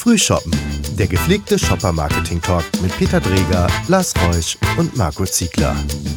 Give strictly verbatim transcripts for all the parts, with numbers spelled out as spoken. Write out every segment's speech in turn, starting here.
Frühshoppen, der gepflegte Shopper-Marketing-Talk mit Peter Dreger, Lars Reusch und Marco Ziegler.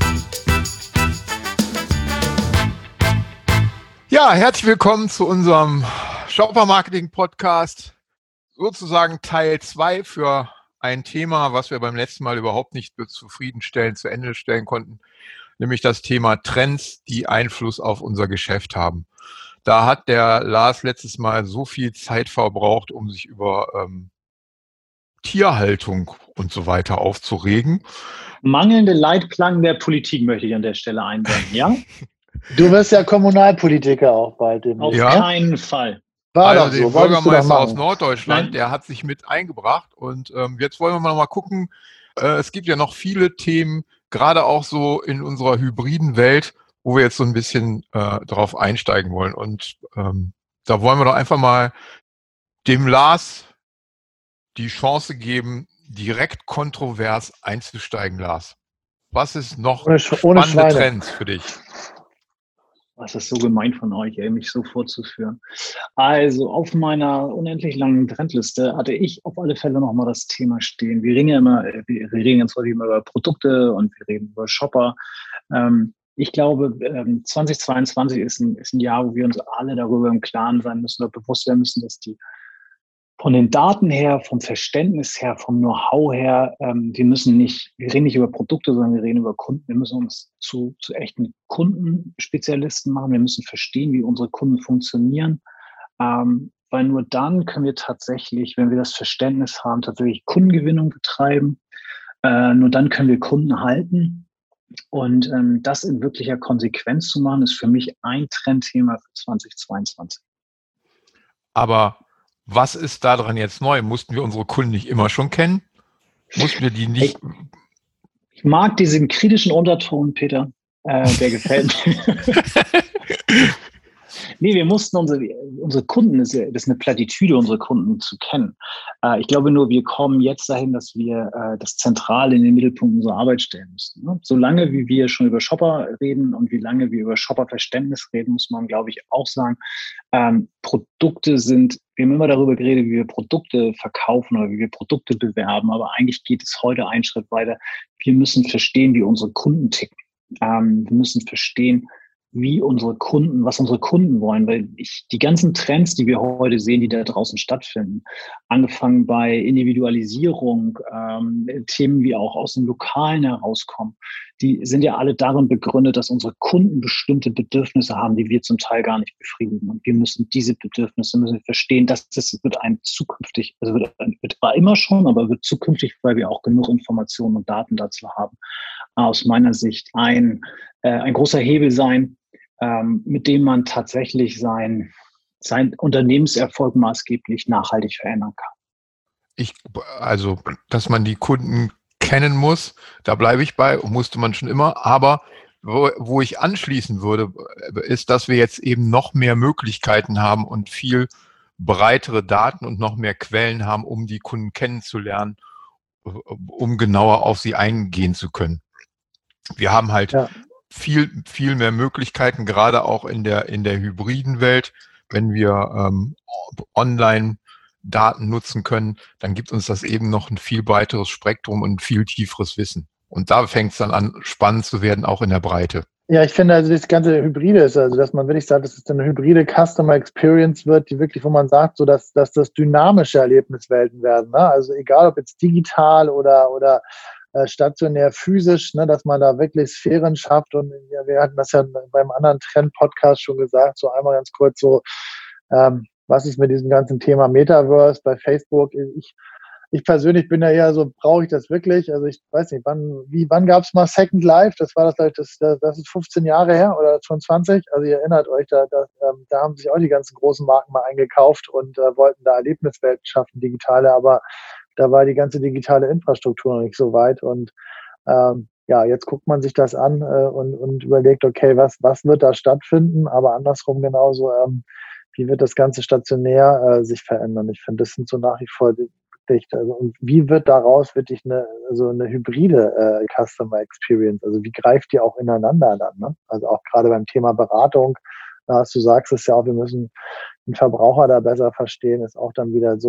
Ja, herzlich willkommen zu unserem Shopper-Marketing-Podcast, sozusagen Teil zwei für ein Thema, was wir beim letzten Mal überhaupt nicht zufriedenstellend zu Ende stellen konnten, nämlich das Thema Trends, die Einfluss auf unser Geschäft haben. Da hat der Lars letztes Mal so viel Zeit verbraucht, um sich über ähm, Tierhaltung und so weiter aufzuregen. Mangelnde Leitplanken der Politik möchte ich an der Stelle einwenden, ja? Du wirst ja Kommunalpolitiker auch bald. Auf Ja? keinen Fall. War Also doch so, den wolltest du doch Bürgermeister aus machen. Norddeutschland, Nein. der hat sich mit eingebracht und ähm, jetzt wollen wir mal, mal gucken, äh, es gibt ja noch viele Themen, gerade auch so in unserer hybriden Welt, wo wir jetzt so ein bisschen äh, drauf einsteigen wollen und ähm, da wollen wir doch einfach mal dem Lars die Chance geben, direkt kontrovers einzusteigen, Lars. Was ist noch Ohne Sch- ohne spannende Schweine. Trends für dich? Das ist so gemein von euch, ey, mich so vorzuführen. Also auf meiner unendlich langen Trendliste hatte ich auf alle Fälle nochmal das Thema stehen. Wir reden ja immer, wir reden jetzt heute immer über Produkte und wir reden über Shopper. Ähm, ich glaube, ähm, zwanzig zweiundzwanzig ist ein, ist ein Jahr, wo wir uns alle darüber im Klaren sein müssen oder bewusst sein müssen, dass die von den Daten her, vom Verständnis her, vom Know-how her, ähm, wir müssen nicht, wir reden nicht über Produkte, sondern wir reden über Kunden. Wir müssen uns zu, zu echten Kundenspezialisten machen. Wir müssen verstehen, wie unsere Kunden funktionieren. Ähm, weil nur dann können wir tatsächlich, wenn wir das Verständnis haben, tatsächlich Kundengewinnung betreiben. Äh, nur dann können wir Kunden halten. Und ähm, das in wirklicher Konsequenz zu machen, ist für mich ein Trendthema für zwanzig zweiundzwanzig. Aber was ist daran jetzt neu? Mussten wir unsere Kunden nicht immer schon kennen? Mussten wir die nicht... Ich mag diesen kritischen Unterton, Peter. Äh, der gefällt mir. Nee, wir mussten unsere, unsere Kunden, das ist, das ist eine Plattitüde, unsere Kunden zu kennen. Äh, ich glaube nur, wir kommen jetzt dahin, dass wir äh, das Zentrale in den Mittelpunkt unserer Arbeit stellen müssen. Ne? Solange wie wir schon über Shopper reden und wie lange wir über Shopperverständnis reden, muss man, glaube ich, auch sagen, ähm, Produkte sind, wir haben immer darüber geredet, wie wir Produkte verkaufen oder wie wir Produkte bewerben, aber eigentlich geht es heute einen Schritt weiter. Wir müssen verstehen, wie unsere Kunden ticken. Ähm, wir müssen verstehen, wie unsere Kunden, was unsere Kunden wollen, weil ich die ganzen Trends, die wir heute sehen, die da draußen stattfinden, angefangen bei Individualisierung, ähm, Themen, wie auch aus dem Lokalen herauskommen, die sind ja alle darin begründet, dass unsere Kunden bestimmte Bedürfnisse haben, die wir zum Teil gar nicht befriedigen. Und wir müssen diese Bedürfnisse müssen wir verstehen, dass das wird ein zukünftig, also wird, wird war immer schon, aber wird zukünftig, weil wir auch genug Informationen und Daten dazu haben, aus meiner Sicht ein, äh, ein großer Hebel sein, ähm, mit dem man tatsächlich sein, sein Unternehmenserfolg maßgeblich nachhaltig verändern kann. Ich, also, dass man die Kunden kennen muss, da bleibe ich bei, musste man schon immer. Aber wo, wo ich anschließen würde, ist, dass wir jetzt eben noch mehr Möglichkeiten haben und viel breitere Daten und noch mehr Quellen haben, um die Kunden kennenzulernen, um genauer auf sie eingehen zu können. Wir haben halt Ja. viel, viel mehr Möglichkeiten, gerade auch in der, in der hybriden Welt. Wenn wir ähm, online Daten nutzen können, dann gibt uns das eben noch ein viel breiteres Spektrum und ein viel tieferes Wissen. Und da fängt es dann an, spannend zu werden, auch in der Breite. Ja, ich finde, also das ganze Hybride ist, also dass man wirklich sagt, dass es eine hybride Customer Experience wird, die wirklich, wo man sagt, so dass, dass das dynamische Erlebniswelten werden. Ne? Also egal, ob jetzt digital oder, oder äh, stationär physisch, ne, dass man da wirklich Sphären schafft. Und ja, wir hatten das ja beim anderen Trend-Podcast schon gesagt, so einmal ganz kurz so, ähm, was ist mit diesem ganzen Thema Metaverse bei Facebook? Ich, ich persönlich bin ja eher so, brauche ich das wirklich? Also ich weiß nicht, wann, wie, wann gab es mal Second Life? Das war das, das, das, das ist fünfzehn Jahre her oder schon zwanzig. Also ihr erinnert euch, da, da, da haben sich auch die ganzen großen Marken mal eingekauft und äh, wollten da Erlebniswelten schaffen, digitale, aber da war die ganze digitale Infrastruktur noch nicht so weit. Und ähm, ja, jetzt guckt man sich das an äh, und, und überlegt, okay, was, was wird da stattfinden? Aber andersrum genauso, ähm, wie wird das Ganze stationär äh, sich verändern? Ich finde, das sind so nach wie vor die, also, und wie wird daraus wirklich eine, also eine hybride äh, Customer Experience? Also wie greift die auch ineinander dann? Ne? Also auch gerade beim Thema Beratung, was du sagst es ja auch, wir müssen den Verbraucher da besser verstehen, ist auch dann wieder so,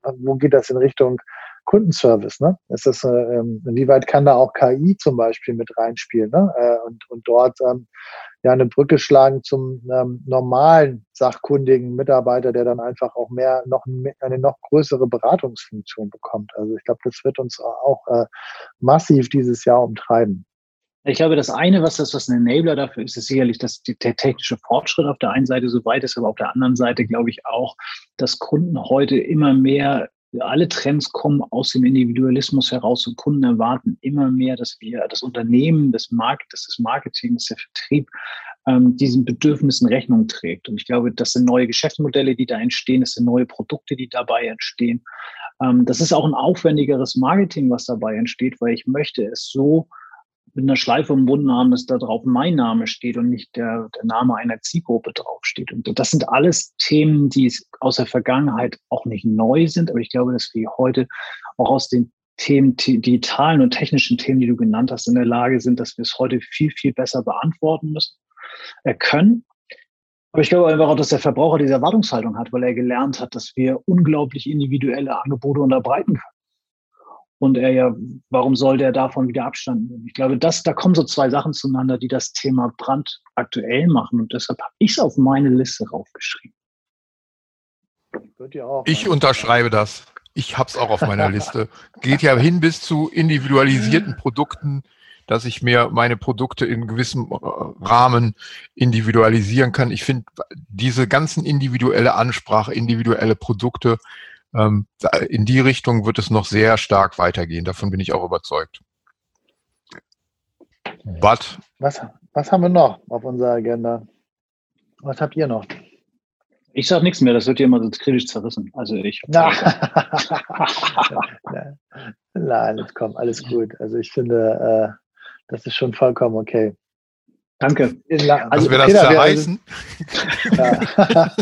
wo geht das in Richtung Kundenservice, ne? Ist das, äh, inwieweit kann da auch K I zum Beispiel mit reinspielen, ne? Äh, und, und dort ähm, ja eine Brücke schlagen zum ähm, normalen sachkundigen Mitarbeiter, der dann einfach auch mehr, noch eine noch größere Beratungsfunktion bekommt. Also ich glaube, das wird uns auch äh, massiv dieses Jahr umtreiben. Ich glaube, das eine, was das, was ein Enabler dafür ist, ist sicherlich, dass die, der technische Fortschritt auf der einen Seite so weit ist, aber auf der anderen Seite glaube ich auch, dass Kunden heute immer mehr, alle Trends kommen aus dem Individualismus heraus und Kunden erwarten immer mehr, dass wir das Unternehmen, das Markt, das, das Marketing, das der Vertrieb ähm, diesen Bedürfnissen Rechnung trägt. Und ich glaube, das sind neue Geschäftsmodelle, die da entstehen, das sind neue Produkte, die dabei entstehen. Ähm, das ist auch ein aufwendigeres Marketing, was dabei entsteht, weil ich möchte es so mit einer Schleife um den Mund haben, dass da drauf mein Name steht und nicht der, der Name einer Zielgruppe draufsteht. Und das sind alles Themen, die aus der Vergangenheit auch nicht neu sind, aber ich glaube, dass wir heute auch aus den Themen, digitalen und technischen Themen, die du genannt hast, in der Lage sind, dass wir es heute viel, viel besser beantworten müssen, äh, können. Aber ich glaube einfach auch, dass der Verbraucher diese Erwartungshaltung hat, weil er gelernt hat, dass wir unglaublich individuelle Angebote unterbreiten können. Und er ja, warum soll der davon wieder Abstand nehmen? Ich glaube, das, da kommen so zwei Sachen zueinander, die das Thema brandaktuell machen. Und deshalb habe ich es auf meine Liste raufgeschrieben. Ich unterschreibe das. Ich habe es auch auf meiner Liste. Geht ja hin bis zu individualisierten Produkten, dass ich mir meine Produkte in gewissem Rahmen individualisieren kann. Ich finde, diese ganzen individuelle Ansprache, individuelle Produkte, in die Richtung wird es noch sehr stark weitergehen. Davon bin ich auch überzeugt. But, was, was haben wir noch auf unserer Agenda? Was habt ihr noch? Ich sage nichts mehr, das wird ja immer so kritisch zerrissen. Also ich. Nein, alles kommt, alles gut. Also ich finde, äh, das ist schon vollkommen okay. Danke. Also wir das zerreißen. Ja.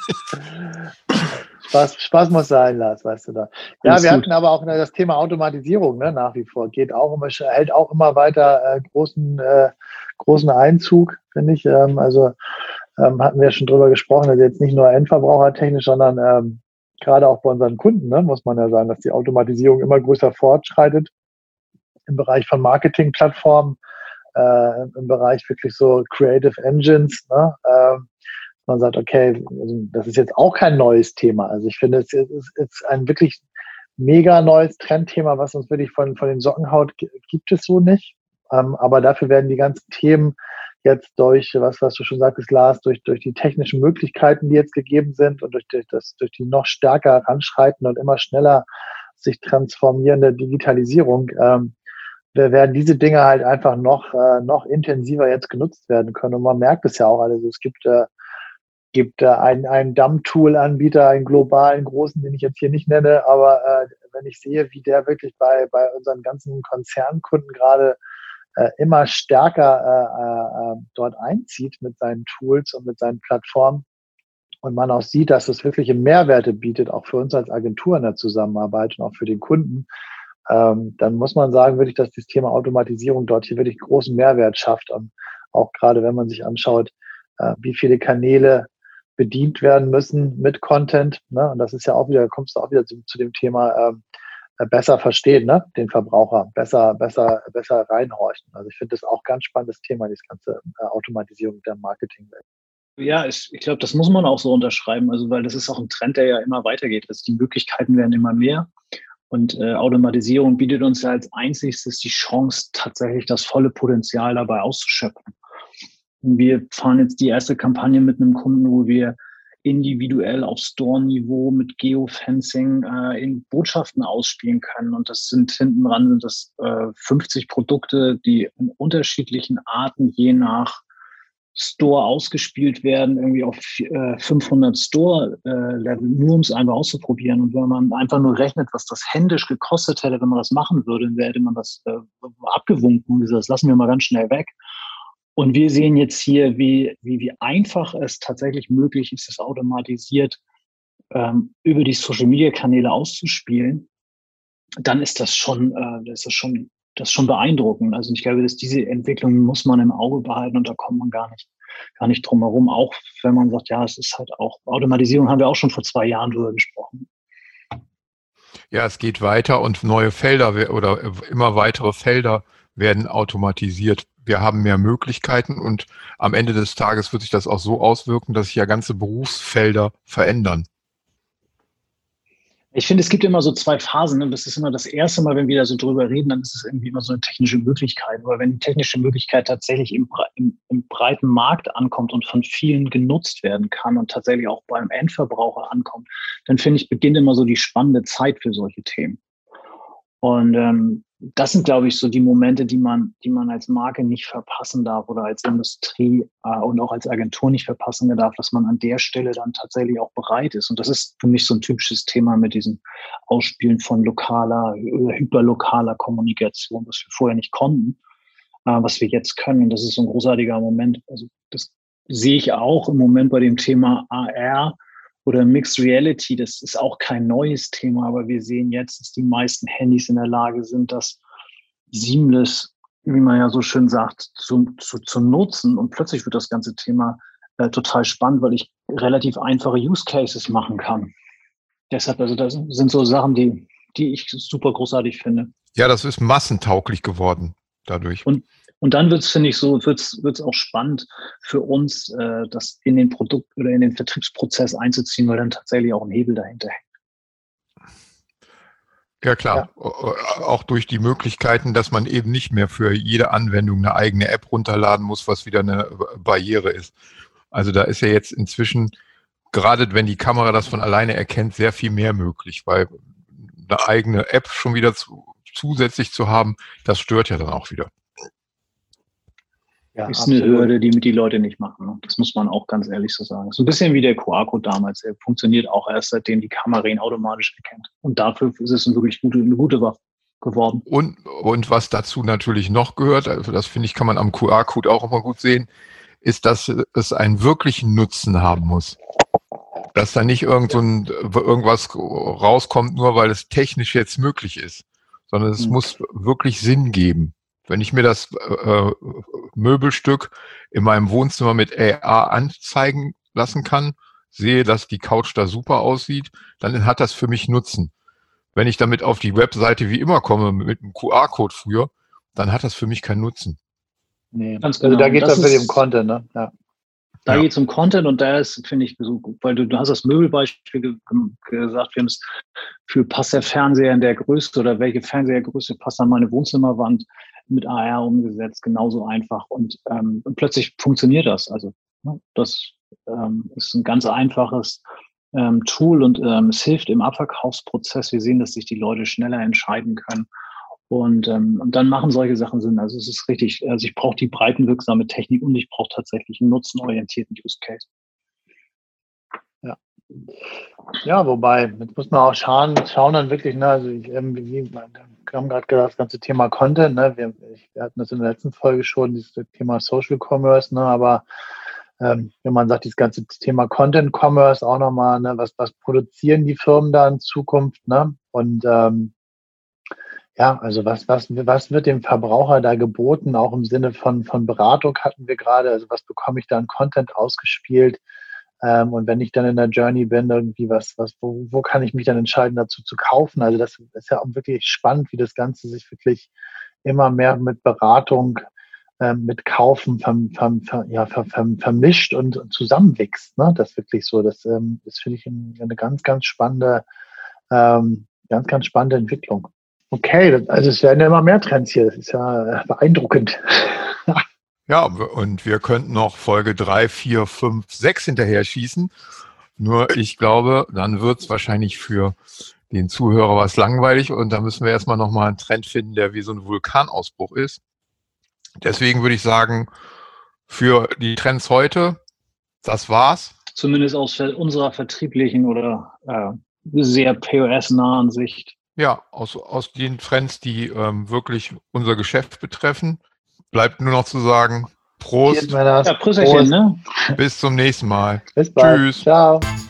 Spaß, Spaß muss sein, Lars, weißt du da. Ja, Alles wir gut. Hatten aber auch das Thema Automatisierung, ne, nach wie vor. Geht auch immer, hält auch immer weiter äh, großen, äh, großen Einzug, finde ich. Ähm, also ähm, hatten wir schon drüber gesprochen, also jetzt nicht nur endverbrauchertechnisch, sondern ähm, gerade auch bei unseren Kunden, ne, muss man ja sagen, dass die Automatisierung immer größer fortschreitet im Bereich von Marketingplattformen, äh, im Bereich wirklich so Creative Engines, ne, äh, man sagt, okay, also das ist jetzt auch kein neues Thema. Also ich finde, es ist, ist ein wirklich mega neues Trendthema, was uns wirklich von, von den Socken haut, gibt es so nicht. Ähm, aber dafür werden die ganzen Themen jetzt durch, was, was du schon sagtest, Lars, durch, durch die technischen Möglichkeiten, die jetzt gegeben sind und durch, durch, das, durch die noch stärker heranschreitende und immer schneller sich transformierende Digitalisierung, ähm, werden diese Dinge halt einfach noch, äh, noch intensiver jetzt genutzt werden können. Und man merkt es ja auch alles. Es gibt äh, gibt äh, einen, einen Dump-Tool-Anbieter, einen globalen großen, den ich jetzt hier nicht nenne, aber äh, wenn ich sehe, wie der wirklich bei, bei unseren ganzen Konzernkunden gerade äh, immer stärker äh, äh, dort einzieht mit seinen Tools und mit seinen Plattformen und man auch sieht, dass es wirkliche Mehrwerte bietet, auch für uns als Agentur in der Zusammenarbeit und auch für den Kunden, ähm, dann muss man sagen, wirklich, dass das Thema Automatisierung dort hier wirklich großen Mehrwert schafft. Und auch gerade, wenn man sich anschaut, äh, wie viele Kanäle bedient werden müssen mit Content, ne? Und das ist ja auch wieder, kommst du auch wieder zu, zu dem Thema ähm, besser verstehen, ne? Den Verbraucher, besser, besser, besser reinhorchen. Also ich finde das auch ganz spannendes Thema, diese ganze äh, Automatisierung der Marketingwelt. Ja, ich, ich glaube, das muss man auch so unterschreiben, also weil das ist auch ein Trend, der ja immer weitergeht. Also die Möglichkeiten werden immer mehr und äh, Automatisierung bietet uns ja als einziges die Chance, tatsächlich das volle Potenzial dabei auszuschöpfen. Wir fahren jetzt die erste Kampagne mit einem Kunden, wo wir individuell auf Store-Niveau mit Geofencing äh, in Botschaften ausspielen können. Und das sind hinten dran sind das äh, fünfzig Produkte, die in unterschiedlichen Arten je nach Store ausgespielt werden, irgendwie auf äh, fünfhundert Store-Level, äh, nur um es einfach auszuprobieren. Und wenn man einfach nur rechnet, was das händisch gekostet hätte, wenn man das machen würde, dann hätte man das äh, abgewunken und gesagt, das lassen wir mal ganz schnell weg. Und wir sehen jetzt hier, wie, wie, wie einfach es tatsächlich möglich ist, das automatisiert ähm, über die Social-Media-Kanäle auszuspielen. Dann ist das schon, äh, das ist schon, das ist schon beeindruckend. Also ich glaube, dass diese Entwicklung muss man im Auge behalten und da kommt man gar nicht, gar nicht drum herum. Auch wenn man sagt, ja, es ist halt auch Automatisierung, haben wir auch schon vor zwei Jahren drüber gesprochen. Ja, es geht weiter und neue Felder we- oder immer weitere Felder werden automatisiert. Wir haben mehr Möglichkeiten und am Ende des Tages wird sich das auch so auswirken, dass sich ja ganze Berufsfelder verändern. Ich finde, es gibt immer so zwei Phasen. Ne? Das ist immer das erste Mal, wenn wir da so drüber reden, dann ist es irgendwie immer so eine technische Möglichkeit. Aber wenn die technische Möglichkeit tatsächlich im, im, im breiten Markt ankommt und von vielen genutzt werden kann und tatsächlich auch beim Endverbraucher ankommt, dann finde ich, beginnt immer so die spannende Zeit für solche Themen. Und ähm, das sind, glaube ich, so die Momente, die man, die man als Marke nicht verpassen darf oder als Industrie äh, und auch als Agentur nicht verpassen darf, dass man an der Stelle dann tatsächlich auch bereit ist. Und das ist für mich so ein typisches Thema mit diesem Ausspielen von lokaler oder hyperlokaler Kommunikation, was wir vorher nicht konnten, äh, was wir jetzt können. Und das ist so ein großartiger Moment. Also das sehe ich auch im Moment bei dem Thema A R. Oder Mixed Reality, das ist auch kein neues Thema, aber wir sehen jetzt, dass die meisten Handys in der Lage sind, das seamless, wie man ja so schön sagt, zu, zu, zu nutzen. Und plötzlich wird das ganze Thema äh, total spannend, weil ich relativ einfache Use Cases machen kann. Deshalb, also das sind so Sachen, die, die ich super großartig finde. Ja, das ist massentauglich geworden dadurch. Und Und dann wird es, finde ich, so, wird es auch spannend für uns, äh, das in den Produkt- oder in den Vertriebsprozess einzuziehen, weil dann tatsächlich auch ein Hebel dahinter hängt. Ja, klar. Ja. Auch durch die Möglichkeiten, dass man eben nicht mehr für jede Anwendung eine eigene App runterladen muss, was wieder eine Barriere ist. Also da ist ja jetzt inzwischen, gerade wenn die Kamera das von alleine erkennt, sehr viel mehr möglich, weil eine eigene App schon wieder zu, zusätzlich zu haben, das stört ja dann auch wieder. Ja, ist absolut. Eine Hürde, die die Leute nicht machen. Ne? Das muss man auch ganz ehrlich so sagen. So ein bisschen wie der Q R-Code damals. Der funktioniert auch erst, seitdem die Kamera ihn automatisch erkennt. Und dafür ist es eine wirklich gute, eine gute Waffe geworden. Und, und was dazu natürlich noch gehört, also das finde ich, kann man am Q R-Code auch immer gut sehen, ist, dass es einen wirklichen Nutzen haben muss. Dass da nicht irgend so ein, irgendwas rauskommt, nur weil es technisch jetzt möglich ist, sondern es mhm. muss wirklich Sinn geben. Wenn ich mir das äh, Möbelstück in meinem Wohnzimmer mit A R anzeigen lassen kann, sehe, dass die Couch da super aussieht, dann hat das für mich Nutzen. Wenn ich damit auf die Webseite wie immer komme, mit einem Q R-Code früher, dann hat das für mich keinen Nutzen. Nee, ganz genau. Also da geht es dann für den Content, ne? Ja. Da ja. geht es um Content und da ist, finde ich, so gut, weil du, du hast das Möbelbeispiel ge gesagt, wir haben es für passt der Fernseher in der Größe oder welche Fernsehergröße passt an meine Wohnzimmerwand mit A R umgesetzt, genauso einfach und, ähm, und plötzlich funktioniert das. Also ne, das ähm, ist ein ganz einfaches ähm, Tool und ähm, es hilft im Abverkaufsprozess. Wir sehen, dass sich die Leute schneller entscheiden können. Und, ähm, und dann machen solche Sachen Sinn. Also es ist richtig, also ich brauche die breitenwirksame Technik und ich brauche tatsächlich einen nutzenorientierten Use Case. Ja. Ja, wobei, jetzt muss man auch schauen, schauen dann wirklich, ne, also ich, ähm, wir haben gerade das ganze Thema Content, ne, wir, ich, wir hatten das in der letzten Folge schon, dieses Thema Social Commerce, ne, aber ähm, wenn man sagt, dieses ganze Thema Content Commerce auch nochmal, ne, was, was produzieren die Firmen da in Zukunft, ne, und ähm, ja, also was, was, was wird dem Verbraucher da geboten, auch im Sinne von, von Beratung hatten wir gerade, also was bekomme ich da an Content ausgespielt ähm, und wenn ich dann in der Journey bin, irgendwie was, was wo, wo kann ich mich dann entscheiden, dazu zu kaufen, also das ist ja auch wirklich spannend, wie das Ganze sich wirklich immer mehr mit Beratung, ähm, mit Kaufen verm, verm, verm, ja, verm, vermischt und, und zusammenwächst, ne? Das wirklich so, das, ähm, das finde ich eine ganz, ganz spannende, ähm, ganz, ganz spannende Entwicklung. Okay, also es werden ja immer mehr Trends hier. Das ist ja beeindruckend. Ja, und wir könnten noch Folge drei, vier, fünf, sechs hinterher schießen. Nur ich glaube, dann wird es wahrscheinlich für den Zuhörer was langweilig und da müssen wir erstmal nochmal einen Trend finden, der wie so ein Vulkanausbruch ist. Deswegen würde ich sagen, für die Trends heute, das war's. Zumindest aus unserer vertrieblichen oder äh, sehr P O S-nahen Sicht. Ja, aus, aus den Trends, die ähm, wirklich unser Geschäft betreffen, bleibt nur noch zu sagen, Prost. Ja, Prösterchen, ne? Bis zum nächsten Mal. Bis bald. Tschüss. Ciao.